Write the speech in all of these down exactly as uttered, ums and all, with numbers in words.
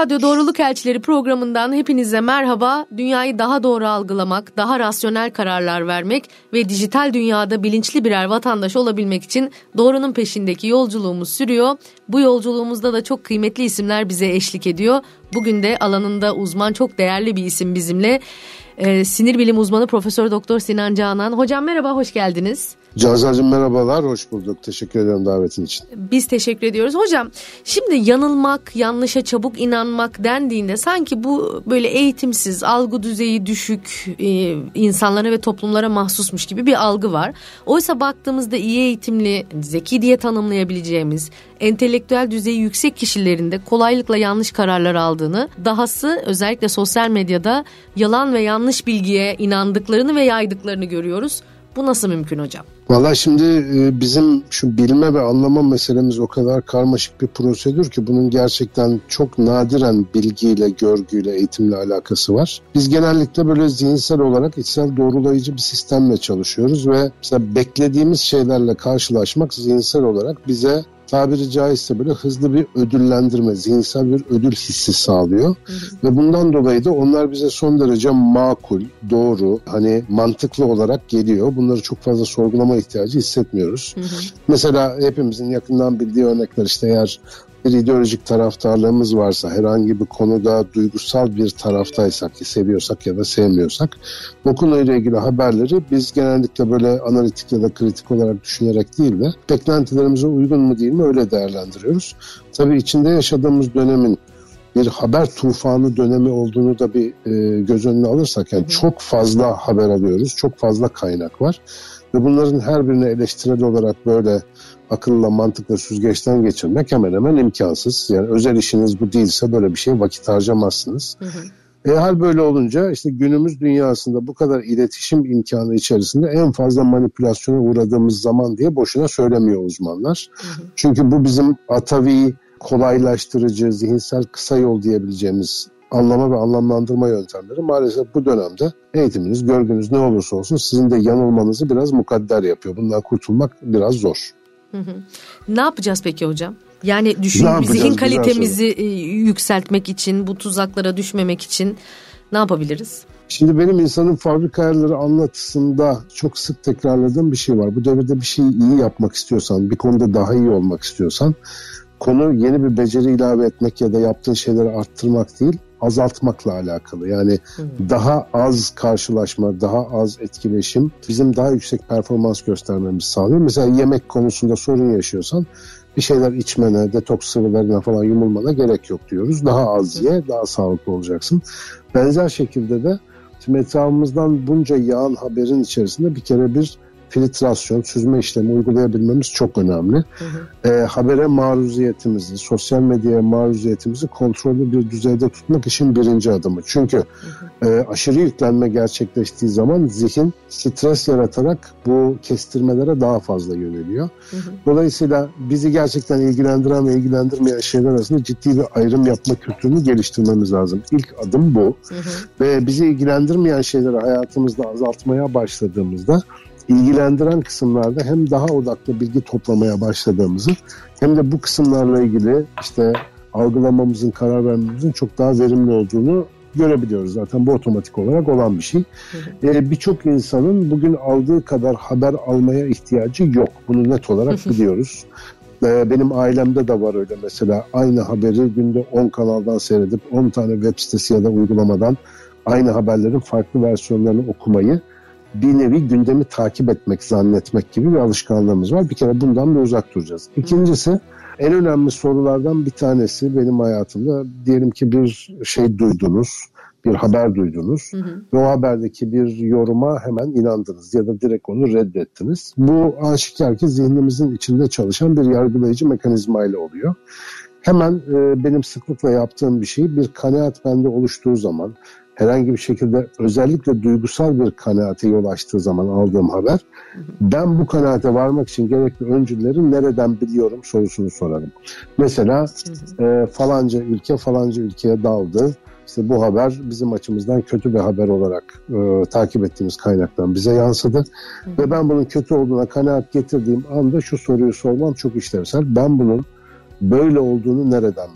Radyo Doğruluk Elçileri programından hepinize merhaba. Dünyayı daha doğru algılamak, daha rasyonel kararlar vermek ve dijital dünyada bilinçli birer vatandaş olabilmek için doğrunun peşindeki yolculuğumuz sürüyor. Bu yolculuğumuzda da çok kıymetli isimler bize eşlik ediyor. Bugün de alanında uzman çok değerli bir isim bizimle. Ee, sinir bilim uzmanı Profesör Doktor Sinan Canan. Hocam merhaba, hoş geldiniz. Cansel'cim merhabalar, hoş bulduk. Teşekkür ederim davetin için. Biz teşekkür ediyoruz. Hocam şimdi yanılmak, yanlışa çabuk inanmak dendiğinde sanki bu böyle eğitimsiz, algı düzeyi düşük e, insanlara ve toplumlara mahsusmuş gibi bir algı var. Oysa baktığımızda iyi eğitimli, zeki diye tanımlayabileceğimiz, entelektüel düzeyi yüksek kişilerin de kolaylıkla yanlış kararlar aldığını, dahası özellikle sosyal medyada yalan ve yanlış bilgiye inandıklarını ve yaydıklarını görüyoruz. Bu nasıl mümkün hocam? Vallahi şimdi bizim şu bilme ve anlama meselemiz o kadar karmaşık bir prosedür ki bunun gerçekten çok nadiren bilgiyle, görgüyle, eğitimle alakası var. Biz genellikle böyle zihinsel olarak içsel doğrulayıcı bir sistemle çalışıyoruz ve mesela beklediğimiz şeylerle karşılaşmak zihinsel olarak bize tabiri caizse böyle hızlı bir ödüllendirme, zihinsel bir ödül hissi sağlıyor. Hı hı. Ve bundan dolayı da onlar bize son derece makul, doğru, hani mantıklı olarak geliyor. Bunları çok fazla sorgulama ihtiyacı hissetmiyoruz. Hı hı. Mesela hepimizin yakından bildiği örnekler, işte eğer bir ideolojik taraftarlığımız varsa, herhangi bir konuda duygusal bir taraftaysak, ki seviyorsak ya da sevmiyorsak, o konuyla ilgili haberleri biz genellikle böyle analitik ya da kritik olarak düşünerek değil de beklentilerimize uygun mu değil mi öyle değerlendiriyoruz. Tabii içinde yaşadığımız dönemin bir haber tufanı dönemi olduğunu da bir e, göz önüne alırsak, yani hı hı. çok fazla haber alıyoruz, çok fazla kaynak var ve bunların her birini eleştirel olarak böyle akılla, mantıkla süzgeçten geçirmek hemen hemen imkansız. Yani özel işiniz bu değilse böyle bir şey vakit harcamazsınız. Hı hı. E, hal böyle olunca işte günümüz dünyasında bu kadar iletişim imkanı içerisinde en fazla manipülasyona uğradığımız zaman diye boşuna söylemiyor uzmanlar. Hı hı. Çünkü bu bizim atavi, kolaylaştırıcı, zihinsel kısa yol diyebileceğimiz anlama ve anlamlandırma yöntemleri maalesef bu dönemde eğitiminiz, görgünüz ne olursa olsun sizin de yanılmanızı biraz mukadder yapıyor. Bundan kurtulmak biraz zor. Hı hı. Ne yapacağız peki hocam? Yani düşün, zihin kalitemizi yükseltmek için, bu tuzaklara düşmemek için ne yapabiliriz? Şimdi benim insanın fabrika ayarları anlatısında çok sık tekrarladığım bir şey var. Bu devirde bir şeyi iyi yapmak istiyorsan, bir konuda daha iyi olmak istiyorsan, konu yeni bir beceri ilave etmek ya da yaptığın şeyleri arttırmak değil, azaltmakla alakalı. Yani hmm. daha az karşılaşma, daha az etkileşim bizim daha yüksek performans göstermemizi sağlıyor. Mesela yemek konusunda sorun yaşıyorsan bir şeyler içmene, detoks sıvılarına falan yumulmana gerek yok diyoruz. Daha az ye, daha sağlıklı olacaksın. Benzer şekilde de şimdi etrafımızdan bunca yağan haberin içerisinde bir kere bir filtrasyon, süzme işlemi uygulayabilmemiz çok önemli. Hı hı. E, habere maruziyetimizi, sosyal medyaya maruziyetimizi kontrollü bir düzeyde tutmak işin birinci adımı. Çünkü hı hı. E, aşırı yüklenme gerçekleştiği zaman zihin stres yaratarak bu kestirmelere daha fazla yöneliyor. Hı hı. Dolayısıyla bizi gerçekten ilgilendiren ve ilgilendirmeyen şeyler arasında ciddi bir ayrım yapma kültürünü geliştirmemiz lazım. İlk adım bu. Hı hı. Ve bizi ilgilendirmeyen şeyleri hayatımızda azaltmaya başladığımızda ilgilendiren kısımlarda hem daha odaklı bilgi toplamaya başladığımızı hem de bu kısımlarla ilgili işte algılamamızın, karar vermemizin çok daha verimli olduğunu görebiliyoruz. Zaten bu otomatik olarak olan bir şey. Ee, birçok insanın bugün aldığı kadar haber almaya ihtiyacı yok. Bunu net olarak biliyoruz. Ee, benim ailemde de var öyle mesela. Aynı haberi günde on kanaldan seyredip on tane web sitesi ya da uygulamadan aynı haberlerin farklı versiyonlarını okumayı, bir nevi gündemi takip etmek, zannetmek gibi bir alışkanlığımız var. Bir kere bundan da uzak duracağız. İkincisi, en önemli sorulardan bir tanesi benim hayatımda, diyelim ki bir şey duydunuz, bir haber duydunuz hı hı. ve o haberdeki bir yoruma hemen inandınız ya da direkt onu reddettiniz. Bu aşikar ki zihnimizin içinde çalışan bir yargılayıcı mekanizmayla oluyor. Hemen e, benim sıklıkla yaptığım bir şey, bir kanaat bende oluştuğu zaman, herhangi bir şekilde özellikle duygusal bir kanaate yol açtığı zaman aldığım haber, ben bu kanaate varmak için gerekli öncülleri nereden biliyorum sorusunu sorarım. Mesela e, falanca ülke falanca ülkeye daldı. İşte bu haber bizim açımızdan kötü bir haber olarak e, takip ettiğimiz kaynaktan bize yansıdı. Hı. Ve ben bunun kötü olduğuna kanaat getirdiğim anda şu soruyu sormam çok işlevsel. Ben bunun böyle olduğunu nereden biliyorum?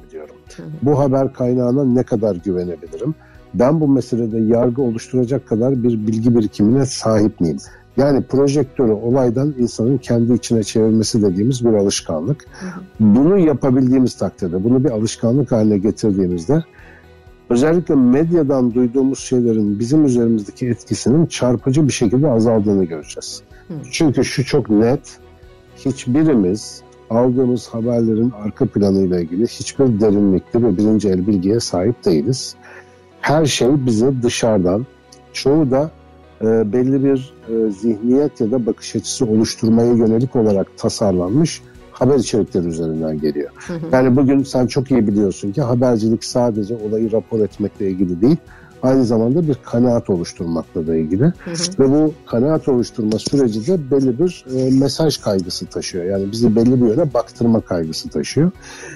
Bu haber kaynağına ne kadar güvenebilirim? Ben bu meselede yargı oluşturacak kadar bir bilgi birikimine sahip miyim? Yani projektörü olaydan insanın kendi içine çevirmesi dediğimiz bir alışkanlık. Bunu yapabildiğimiz takdirde, bunu bir alışkanlık haline getirdiğimizde özellikle medyadan duyduğumuz şeylerin bizim üzerimizdeki etkisinin çarpıcı bir şekilde azaldığını göreceğiz. Hı. Çünkü şu çok net, hiçbirimiz aldığımız haberlerin arka planıyla ilgili hiçbir derinlikli ve birinci el bilgiye sahip değiliz. Her şey bize dışarıdan, çoğu da e, belli bir e, zihniyet ya da bakış açısı oluşturmaya yönelik olarak tasarlanmış haber içerikleri üzerinden geliyor. Hı hı. Yani bugün sen çok iyi biliyorsun ki habercilik sadece olayı rapor etmekle ilgili değil, aynı zamanda bir kanaat oluşturmakla da ilgili. Hı hı. Ve bu kanaat oluşturma süreci de belli bir e, mesaj kaygısı taşıyor. Yani bizi belli bir yöne baktırma kaygısı taşıyor.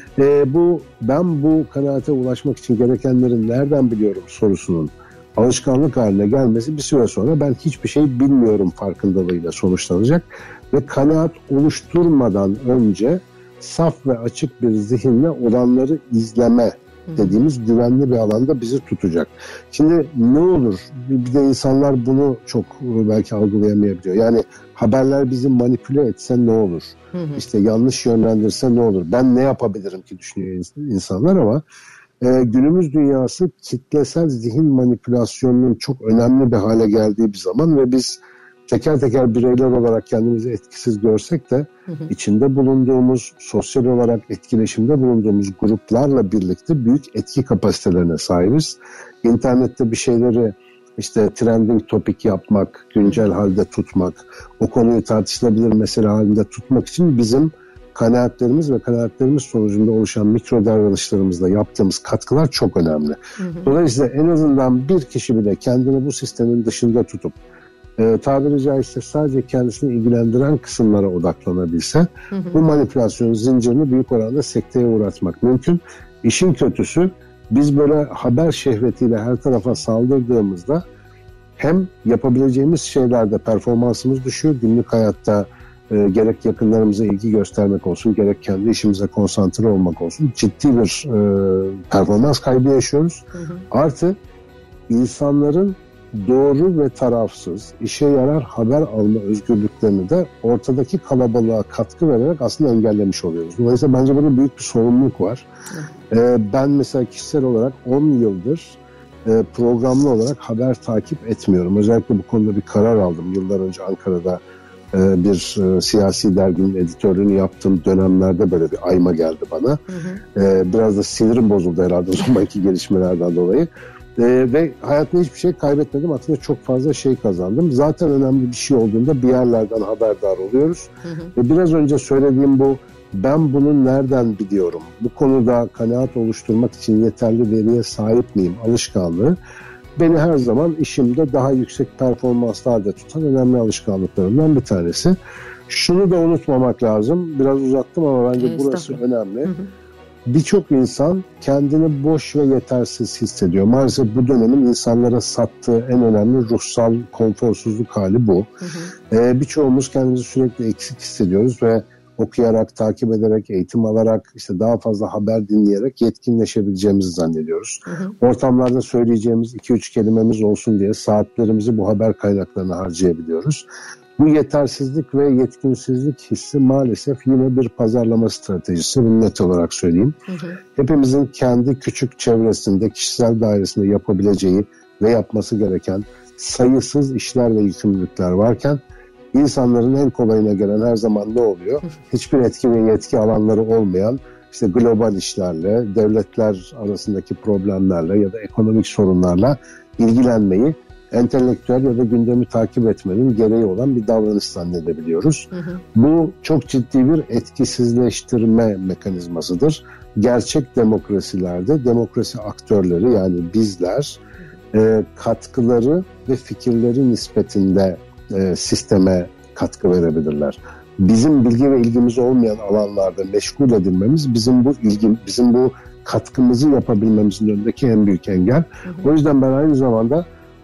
E, bu ben bu kanaate ulaşmak için gerekenleri nereden biliyorum sorusunun alışkanlık haline gelmesi bir süre sonra ben hiçbir şey bilmiyorum farkındalığıyla sonuçlanacak. Ve kanaat oluşturmadan önce saf ve açık bir zihinle olanları izleme dediğimiz güvenli bir alanda bizi tutacak. Şimdi ne olur? Bir de insanlar bunu çok belki algılayamayabiliyor. Yani haberler bizi manipüle etse ne olur? Hı hı. İşte yanlış yönlendirse ne olur? Ben ne yapabilirim ki düşünüyor insanlar ama e, günümüz dünyası kitlesel zihin manipülasyonunun çok önemli bir hale geldiği bir zaman ve biz teker teker bireyler olarak kendimizi etkisiz görsek de hı hı. içinde bulunduğumuz, sosyal olarak etkileşimde bulunduğumuz gruplarla birlikte büyük etki kapasitelerine sahibiz. İnternette bir şeyleri işte trending topic yapmak, güncel halde tutmak, o konuyu tartışılabilir mesele halinde tutmak için bizim kanaatlerimiz ve kanaatlerimiz sonucunda oluşan mikro davranışlarımızda yaptığımız katkılar çok önemli. Hı hı. Dolayısıyla en azından bir kişi bile kendini bu sistemin dışında tutup E, tabiri caizse sadece kendisini ilgilendiren kısımlara odaklanabilse hı hı. bu manipülasyon zincirini büyük oranda sekteye uğratmak mümkün. İşin kötüsü biz böyle haber şehvetiyle her tarafa saldırdığımızda hem yapabileceğimiz şeylerde performansımız düşüyor. Günlük hayatta e, gerek yakınlarımıza ilgi göstermek olsun, gerek kendi işimize konsantre olmak olsun ciddi bir e, performans kaybı yaşıyoruz. Hı hı. Artı insanların doğru ve tarafsız, işe yarar haber alma özgürlüklerini de ortadaki kalabalığa katkı vererek aslında engellemiş oluyoruz. Dolayısıyla bence burada büyük bir sorumluluk var. Ee, ben mesela kişisel olarak on yıldır e, programlı olarak haber takip etmiyorum. Özellikle bu konuda bir karar aldım. Yıllar önce Ankara'da e, bir e, siyasi derginin editörlüğünü yaptığım dönemlerde böyle bir ayma geldi bana. Hı hı. E, biraz da sinirim bozuldu herhalde o zamanki gelişmelerden dolayı. Ee, ve hayatımda hiçbir şey kaybetmedim. Aslında çok fazla şey kazandım. Zaten önemli bir şey olduğunda bir yerlerden haberdar oluyoruz. Hı hı. Ve biraz önce söylediğim bu, ben bunu nereden biliyorum? Bu konuda kanaat oluşturmak için yeterli veriye sahip miyim? Alışkanlığı beni her zaman işimde daha yüksek performanslarda tutan önemli alışkanlıklarımdan bir tanesi. Şunu da unutmamak lazım. Biraz uzattım ama bence burası önemli. Hı hı. Birçok insan kendini boş ve yetersiz hissediyor. Maalesef bu dönemin insanlara sattığı en önemli ruhsal konforsuzluk hali bu. Hı hı. Ee, birçoğumuz kendimizi sürekli eksik hissediyoruz ve okuyarak, takip ederek, eğitim alarak, işte daha fazla haber dinleyerek yetkinleşebileceğimizi zannediyoruz. Hı hı. Ortamlarda söyleyeceğimiz iki üç kelimemiz olsun diye saatlerimizi bu haber kaynaklarına harcayabiliyoruz. Bu yetersizlik ve yetkinsizlik hissi maalesef yine bir pazarlama stratejisi. Bunu net olarak söyleyeyim. Hı hı. Hepimizin kendi küçük çevresinde, kişisel dairesinde yapabileceği ve yapması gereken sayısız işler ve yükümlülükler varken insanların en kolayına gelen her zaman ne oluyor? Hı hı. Hiçbir etki ve yetki alanları olmayan işte global işlerle, devletler arasındaki problemlerle ya da ekonomik sorunlarla ilgilenmeyi entelektüel ya da gündemi takip etmenin gereği olan bir davranış zannedebiliyoruz. Hı hı. Bu çok ciddi bir etkisizleştirme mekanizmasıdır. Gerçek demokrasilerde demokrasi aktörleri yani bizler e, katkıları ve fikirleri nispetinde e, sisteme katkı verebilirler. Bizim bilgi ve ilgimiz olmayan alanlarda meşgul edilmemiz bizim bu ilgi, bizim bu katkımızı yapabilmemizin önündeki en büyük engel. Hı hı. O yüzden ben aynı zamanda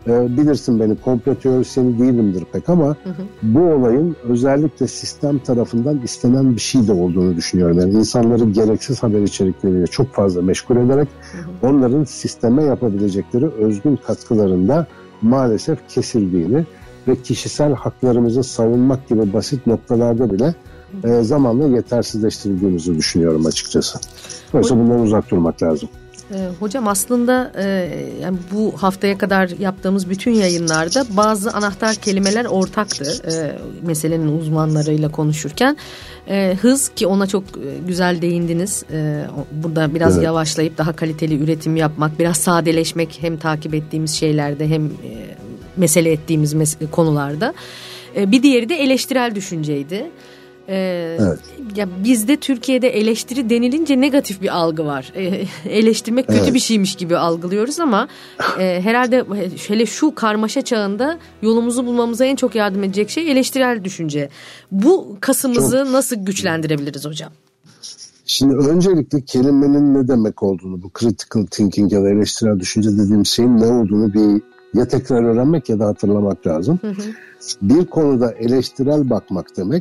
e, bilirsin beni, komplo teorisyeni değilimdir pek ama hı hı. bu olayın özellikle sistem tarafından istenen bir şey de olduğunu düşünüyorum. Yani insanları gereksiz haber içerikleriyle çok fazla meşgul ederek hı hı. onların sisteme yapabilecekleri özgün katkılarında maalesef kesildiğini ve kişisel haklarımızı savunmak gibi basit noktalarda bile e, zamanla yetersizleştirildiğimizi düşünüyorum açıkçası. Dolayısıyla bundan uzak durmak lazım. Ee, hocam aslında e, yani bu haftaya kadar yaptığımız bütün yayınlarda bazı anahtar kelimeler ortaktı. E, meselenin uzmanlarıyla konuşurken. E, hız, ki ona çok güzel değindiniz. E, burada biraz evet. yavaşlayıp daha kaliteli üretim yapmak, biraz sadeleşmek hem takip ettiğimiz şeylerde hem e, mesele ettiğimiz mes- konularda. E, bir diğeri de eleştirel düşünceydi. Ee, evet. Ya bizde Türkiye'de eleştiri denilince negatif bir algı var. Ee, eleştirmek kötü evet. bir şeymiş gibi algılıyoruz ama e, herhalde hele şu karmaşa çağında yolumuzu bulmamıza en çok yardım edecek şey eleştirel düşünce. Bu kasımızı çok... nasıl güçlendirebiliriz hocam? Şimdi öncelikle kelimenin ne demek olduğunu, bu critical thinking ya da eleştirel düşünce dediğim şeyin ne olduğunu bir ya tekrar öğrenmek ya da hatırlamak lazım. Hı hı. Bir konuda eleştirel bakmak demek,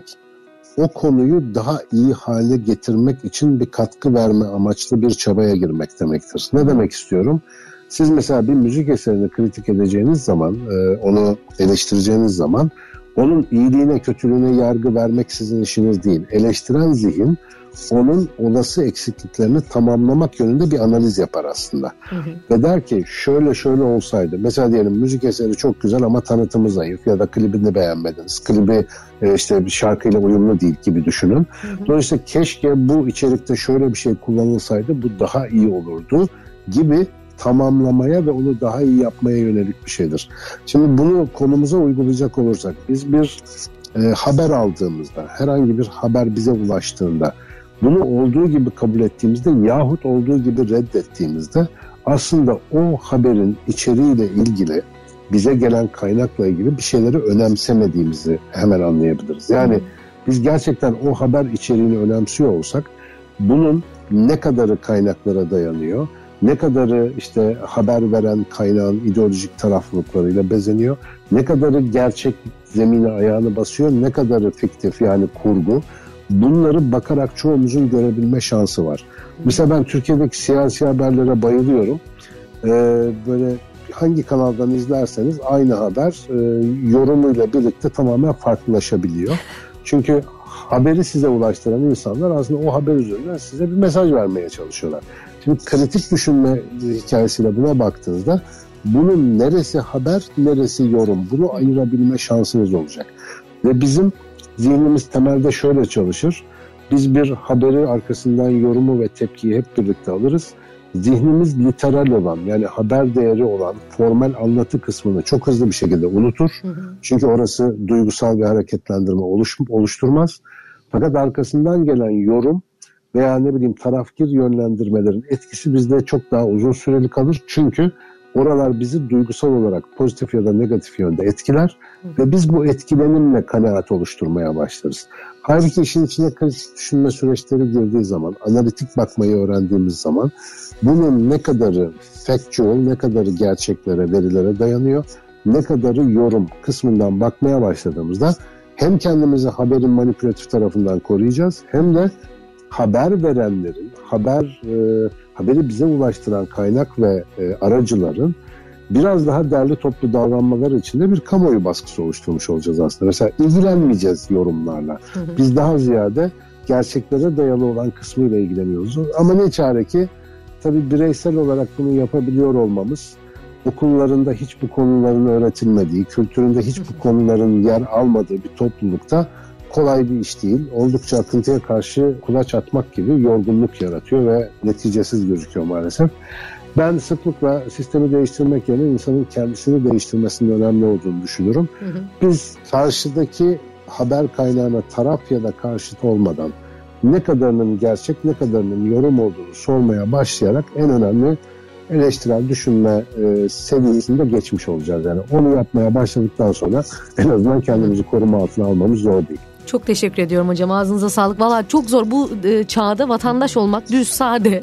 o konuyu daha iyi hale getirmek için bir katkı verme amaçlı bir çabaya girmek demektir. Ne demek istiyorum? Siz mesela bir müzik eserini kritik edeceğiniz zaman, onu eleştireceğiniz zaman onun iyiliğine, kötülüğüne yargı vermek sizin işiniz değil. Eleştiren zihin onun olası eksikliklerini tamamlamak yönünde bir analiz yapar aslında. Hı hı. Ve der ki şöyle şöyle olsaydı. Mesela diyelim müzik eseri çok güzel ama tanıtımı zayıf ya da klibini beğenmediniz. Klibi e, işte bir şarkıyla uyumlu değil gibi düşünün. Hı hı. Dolayısıyla keşke bu içerikte şöyle bir şey kullanılsaydı, bu daha iyi olurdu gibi tamamlamaya ve onu daha iyi yapmaya yönelik bir şeydir. Şimdi bunu konumuza uygulayacak olursak, biz bir e, haber aldığımızda, herhangi bir haber bize ulaştığında bunu olduğu gibi kabul ettiğimizde yahut olduğu gibi reddettiğimizde aslında o haberin içeriğiyle ilgili, bize gelen kaynakla ilgili bir şeyleri önemsemediğimizi hemen anlayabiliriz. Yani biz gerçekten o haber içeriğini önemsiyor olsak bunun ne kadarı kaynaklara dayanıyor, ne kadarı işte haber veren kaynağın ideolojik taraflılıklarıyla bezeniyor, ne kadarı gerçek zemine ayağını basıyor, ne kadarı fiktif yani kurgu, bunları bakarak çoğumuzun görebilme şansı var. Mesela ben Türkiye'deki siyasi haberlere bayılıyorum. Ee, böyle hangi kanaldan izlerseniz aynı haber e, yorumuyla birlikte tamamen farklılaşabiliyor. Çünkü haberi size ulaştıran insanlar aslında o haber üzerinden size bir mesaj vermeye çalışıyorlar. Şimdi kritik düşünme hikayesiyle buna baktığınızda bunun neresi haber, neresi yorum, bunu ayırabilme şansınız olacak. Ve bizim zihnimiz temelde şöyle çalışır. Biz bir haberi arkasından yorumu ve tepkiyi hep birlikte alırız. Zihnimiz literal olan, yani haber değeri olan formal anlatı kısmını çok hızlı bir şekilde unutur. Hı hı. Çünkü orası duygusal bir hareketlendirme oluş, oluşturmaz. Fakat arkasından gelen yorum veya ne bileyim tarafgir yönlendirmelerin etkisi bizde çok daha uzun süreli kalır. Çünkü oralar bizi duygusal olarak pozitif ya da negatif yönde etkiler hı. ve biz bu etkilenimle kanaat oluşturmaya başlarız. Halbuki işin içine kritik düşünme süreçleri girdiği zaman, analitik bakmayı öğrendiğimiz zaman bunun ne kadarı factual, ne kadarı gerçeklere, verilere dayanıyor, ne kadarı yorum kısmından bakmaya başladığımızda hem kendimizi haberin manipülatif tarafından koruyacağız hem de haber verenlerin, haber e, haberi bize ulaştıran kaynak ve e, aracıların biraz daha derli toplu davranmaları için de bir kamuoyu baskısı oluşturmuş olacağız aslında. Mesela ilgilenmeyeceğiz yorumlarla. Hı hı. Biz daha ziyade gerçeklere dayalı olan kısmıyla ilgileniyoruz. Ama ne çare ki tabii bireysel olarak bunu yapabiliyor olmamız, okullarında hiç bu konuların öğretilmediği, kültüründe hiç bu konuların yer almadığı bir toplulukta kolay bir iş değil. Oldukça akıntıya karşı kulaç atmak gibi yorgunluk yaratıyor ve neticesiz gözüküyor maalesef. Ben sıklıkla sistemi değiştirmek yerine insanın kendisini değiştirmesinin önemli olduğunu düşünürüm. Hı hı. Biz karşıdaki haber kaynağına taraf ya da karşıt olmadan ne kadarının gerçek, ne kadarının yorum olduğunu sormaya başlayarak en önemli eleştirel düşünme e, seviyesinde geçmiş olacağız. Yani onu yapmaya başladıktan sonra en azından kendimizi koruma altına almamız zor değil. Çok teşekkür ediyorum hocam. Ağzınıza sağlık. Valla çok zor bu e, çağda vatandaş olmak, düz, sade.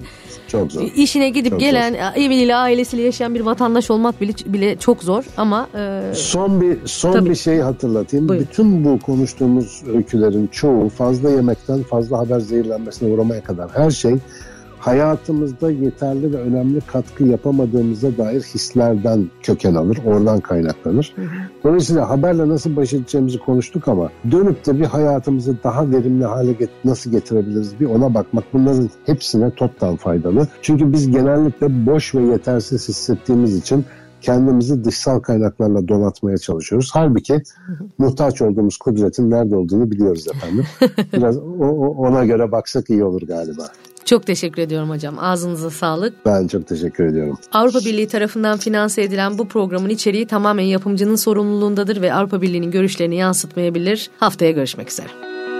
Çok zor. İşine gidip çok gelen, zor. eviyle ailesiyle yaşayan bir vatandaş olmak bile, bile çok zor ama... E, son bir son tabii. bir şey hatırlatayım. Buyurun. Bütün bu konuştuğumuz öykülerin çoğu fazla yemekten fazla haber zehirlenmesine uğramaya kadar her şey hayatımızda yeterli ve önemli katkı yapamadığımıza dair hislerden köken alır, oradan kaynaklanır. Hı hı. Dolayısıyla haberle nasıl baş edeceğimizi konuştuk ama dönüp de bir hayatımızı daha verimli hale get- nasıl getirebiliriz bir ona bakmak, bunların hepsine toptan faydalı. Çünkü biz genellikle boş ve yetersiz hissettiğimiz için kendimizi dışsal kaynaklarla donatmaya çalışıyoruz. Halbuki muhtaç olduğumuz kudretin nerede olduğunu biliyoruz efendim. Biraz o, ona göre baksak iyi olur galiba. Çok teşekkür ediyorum hocam. Ağzınıza sağlık. Ben çok teşekkür ediyorum. Avrupa Birliği tarafından finanse edilen bu programın içeriği tamamen yapımcının sorumluluğundadır ve Avrupa Birliği'nin görüşlerini yansıtmayabilir. Haftaya görüşmek üzere.